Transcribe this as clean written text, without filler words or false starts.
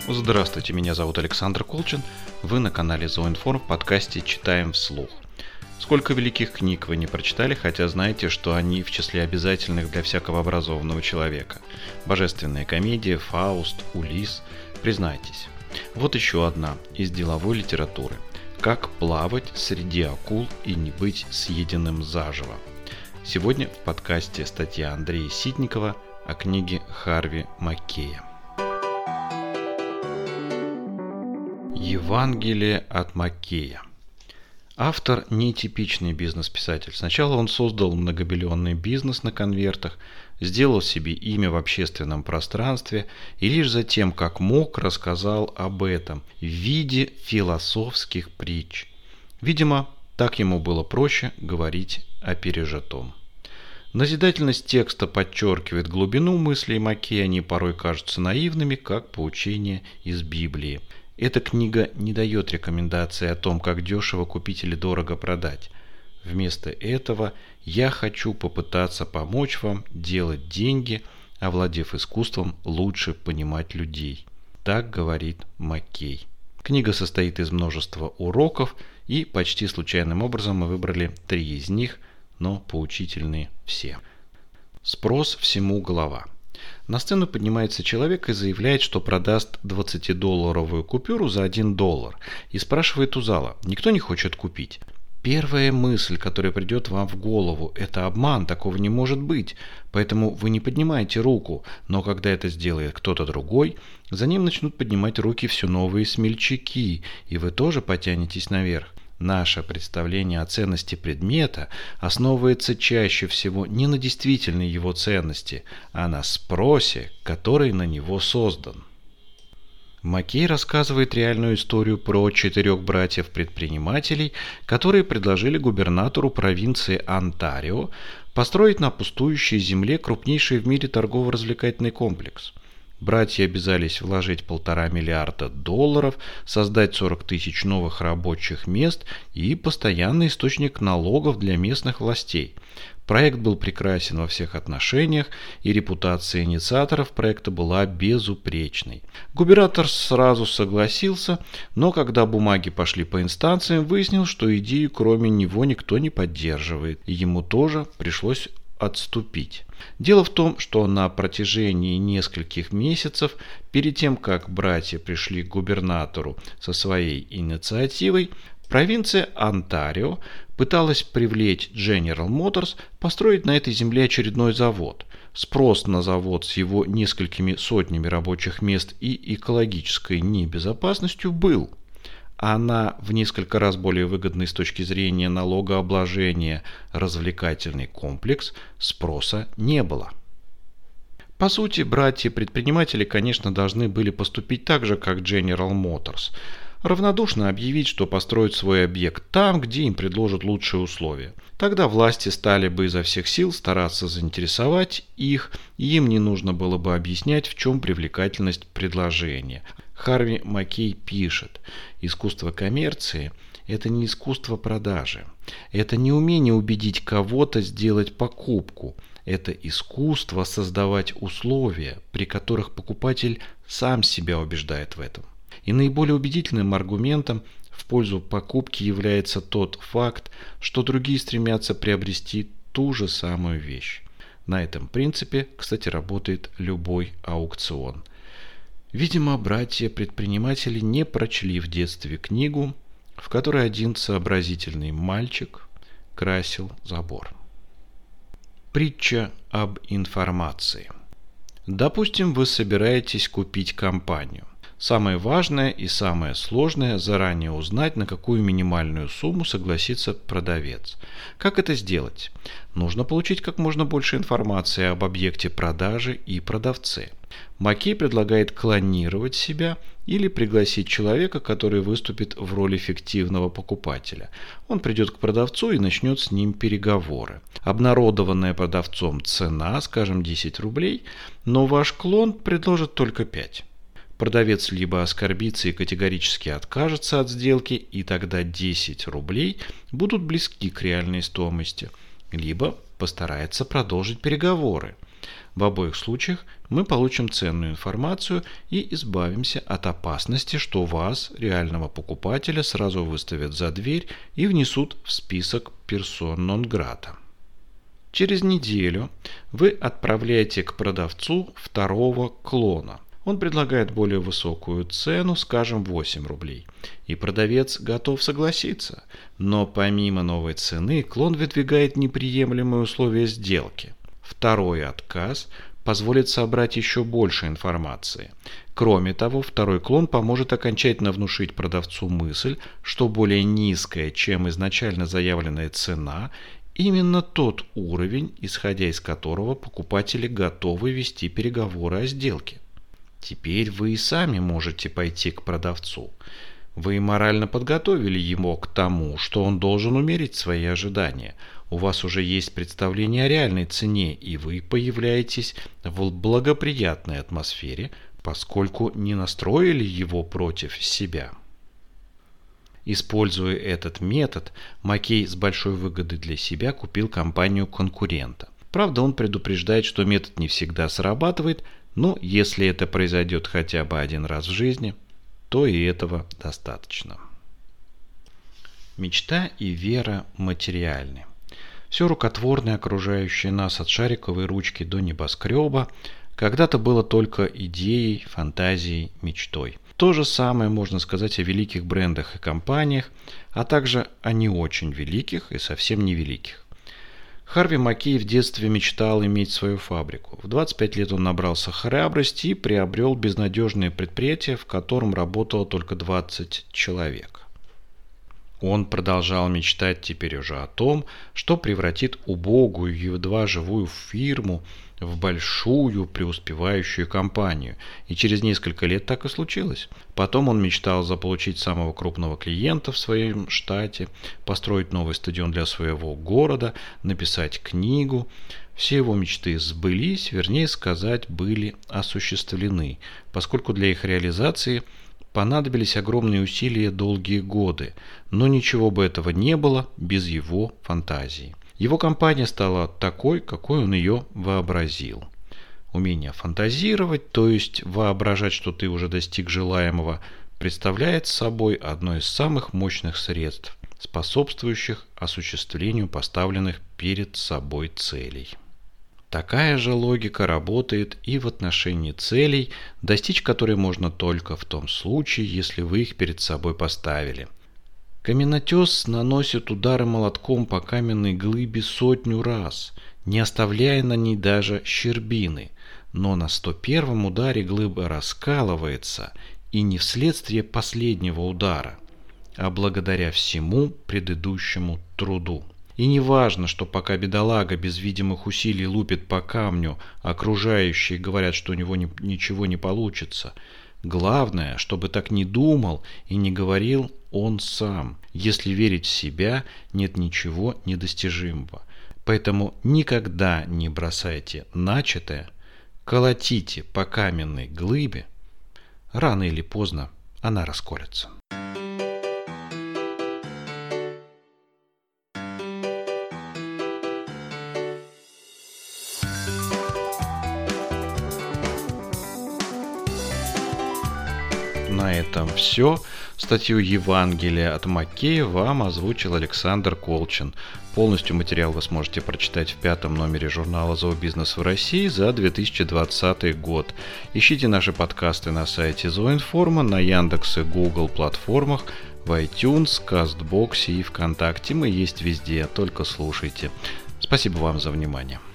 Здравствуйте, меня зовут Александр Колчин. Вы на канале Зооинформ в подкасте «Читаем вслух». Сколько великих книг вы не прочитали, хотя знаете, что они в числе обязательных для всякого образованного человека. Божественная комедия, Фауст, Улисс. Признайтесь. Вот еще одна из деловой литературы. Как плавать среди акул и не быть съеденным заживо. Сегодня в подкасте статья Андрея Ситникова о книге Харви Маккея. Евангелие от Маккея. Автор нетипичный бизнес-писатель. Сначала он создал многобиллионный бизнес на конвертах, сделал себе имя в общественном пространстве и лишь затем, как мог, рассказал об этом в виде философских притч. Видимо, так ему было проще говорить о пережитом. Назидательность текста подчеркивает глубину мыслей Маккея, они порой кажутся наивными, как поучения из Библии. Эта книга не дает рекомендаций о том, как дешево купить или дорого продать. Вместо этого я хочу попытаться помочь вам делать деньги, овладев искусством лучше понимать людей. Так говорит Маккей. Книга состоит из множества уроков, и почти случайным образом мы выбрали 3 из них, но поучительные все. Спрос всему голова. На сцену поднимается человек и заявляет, что продаст 20-долларовую купюру за $1 и спрашивает у зала: никто не хочет купить? Первая мысль, которая придет вам в голову, это обман, такого не может быть, поэтому вы не поднимаете руку, но когда это сделает кто-то другой, за ним начнут поднимать руки все новые смельчаки, и вы тоже потянетесь наверх. Наше представление о ценности предмета основывается чаще всего не на действительной его ценности, а на спросе, который на него создан. Маккей рассказывает реальную историю про 4 братьев-предпринимателей, которые предложили губернатору провинции Онтарио построить на пустующей земле крупнейший в мире торгово-развлекательный комплекс. Братья обязались вложить $1,5 миллиарда, создать 40 тысяч новых рабочих мест и постоянный источник налогов для местных властей. Проект был прекрасен во всех отношениях, и репутация инициаторов проекта была безупречной. Губернатор сразу согласился, но когда бумаги пошли по инстанциям, выяснил, что идею кроме него никто не поддерживает, и ему тоже пришлось отступить. Дело в том, что на протяжении нескольких месяцев, перед тем, как братья пришли к губернатору со своей инициативой, провинция Онтарио пыталась привлечь General Motors построить на этой земле очередной завод. Спрос на завод с его несколькими сотнями рабочих мест и экологической небезопасностью был. А на в несколько раз более выгодный с точки зрения налогообложения развлекательный комплекс спроса не было. По сути, братья-предприниматели, конечно, должны были поступить так же, как General Motors. Равнодушно объявить, что построят свой объект там, где им предложат лучшие условия. Тогда власти стали бы изо всех сил стараться заинтересовать их, и им не нужно было бы объяснять, в чем привлекательность предложения. Харви Маккей пишет: искусство коммерции – это не искусство продажи. Это не умение убедить кого-то сделать покупку. Это искусство создавать условия, при которых покупатель сам себя убеждает в этом. И наиболее убедительным аргументом в пользу покупки является тот факт, что другие стремятся приобрести ту же самую вещь. На этом принципе, кстати, работает любой аукцион. Видимо, братья-предприниматели не прочли в детстве книгу, в которой один сообразительный мальчик красил забор. Притча об информации. Допустим, вы собираетесь купить компанию. Самое важное и самое сложное – заранее узнать, на какую минимальную сумму согласится продавец. Как это сделать? Нужно получить как можно больше информации об объекте продажи и продавце. Маккей предлагает клонировать себя или пригласить человека, который выступит в роли фиктивного покупателя. Он придет к продавцу и начнет с ним переговоры. Обнародованная продавцом цена, скажем, 10 рублей, но ваш клон предложит только 5. Продавец либо оскорбится и категорически откажется от сделки, и тогда 10 рублей будут близки к реальной стоимости, либо постарается продолжить переговоры. В обоих случаях мы получим ценную информацию и избавимся от опасности, что вас, реального покупателя, сразу выставят за дверь и внесут в список персон нон грата. Через неделю вы отправляете к продавцу второго клона. Он предлагает более высокую цену, скажем, 8 рублей. И продавец готов согласиться. Но помимо новой цены, клон выдвигает неприемлемые условия сделки. Второй отказ позволит собрать еще больше информации. Кроме того, второй клон поможет окончательно внушить продавцу мысль, что более низкая, чем изначально заявленная цена, именно тот уровень, исходя из которого покупатели готовы вести переговоры о сделке. Теперь вы и сами можете пойти к продавцу. Вы морально подготовили его к тому, что он должен умерить свои ожидания. У вас уже есть представление о реальной цене, и вы появляетесь в благоприятной атмосфере, поскольку не настроили его против себя. Используя этот метод, Маккей с большой выгодой для себя купил компанию конкурента. Правда, он предупреждает, что метод не всегда срабатывает, но если это произойдет хотя бы один раз в жизни, то и этого достаточно. Мечта и вера материальны. Все рукотворное, окружающее нас от шариковой ручки до небоскреба, когда-то было только идеей, фантазией, мечтой. То же самое можно сказать о великих брендах и компаниях, а также о не очень великих и совсем невеликих. Харви Маккей в детстве мечтал иметь свою фабрику. В 25 лет он набрался храбрости и приобрел безнадежное предприятие, в котором работало только 20 человек. Он продолжал мечтать теперь уже о том, что превратит убогую, едва живую фирму в большую преуспевающую компанию. И через несколько лет так и случилось. Потом он мечтал заполучить самого крупного клиента в своем штате, построить новый стадион для своего города, написать книгу. Все его мечты сбылись, вернее сказать, были осуществлены, поскольку для их реализации понадобились огромные усилия долгие годы, но ничего бы этого не было без его фантазии. Его компания стала такой, какой он ее вообразил. Умение фантазировать, то есть воображать, что ты уже достиг желаемого, представляет собой одно из самых мощных средств, способствующих осуществлению поставленных перед собой целей. Такая же логика работает и в отношении целей, достичь которой можно только в том случае, если вы их перед собой поставили. Каменотес наносит удары молотком по каменной глыбе 100 раз, не оставляя на ней даже щербины, но на 101-м ударе глыба раскалывается, и не вследствие последнего удара, а благодаря всему предыдущему труду. И не важно, что пока бедолага без видимых усилий лупит по камню, окружающие говорят, что у него ничего не получится. Главное, чтобы так не думал и не говорил он сам. Если верить в себя, нет ничего недостижимого. Поэтому никогда не бросайте начатое, колотите по каменной глыбе. Рано или поздно она расколется. На этом все. Статью «Евангелие от Маккея» вам озвучил Александр Колчин. Полностью материал вы сможете прочитать в 5-м номере журнала «Зообизнес в России» за 2020 год. Ищите наши подкасты на сайте Зооинформа, на Яндекс и Google платформах, в iTunes, Кастбоксе и ВКонтакте. Мы есть везде, только слушайте. Спасибо вам за внимание.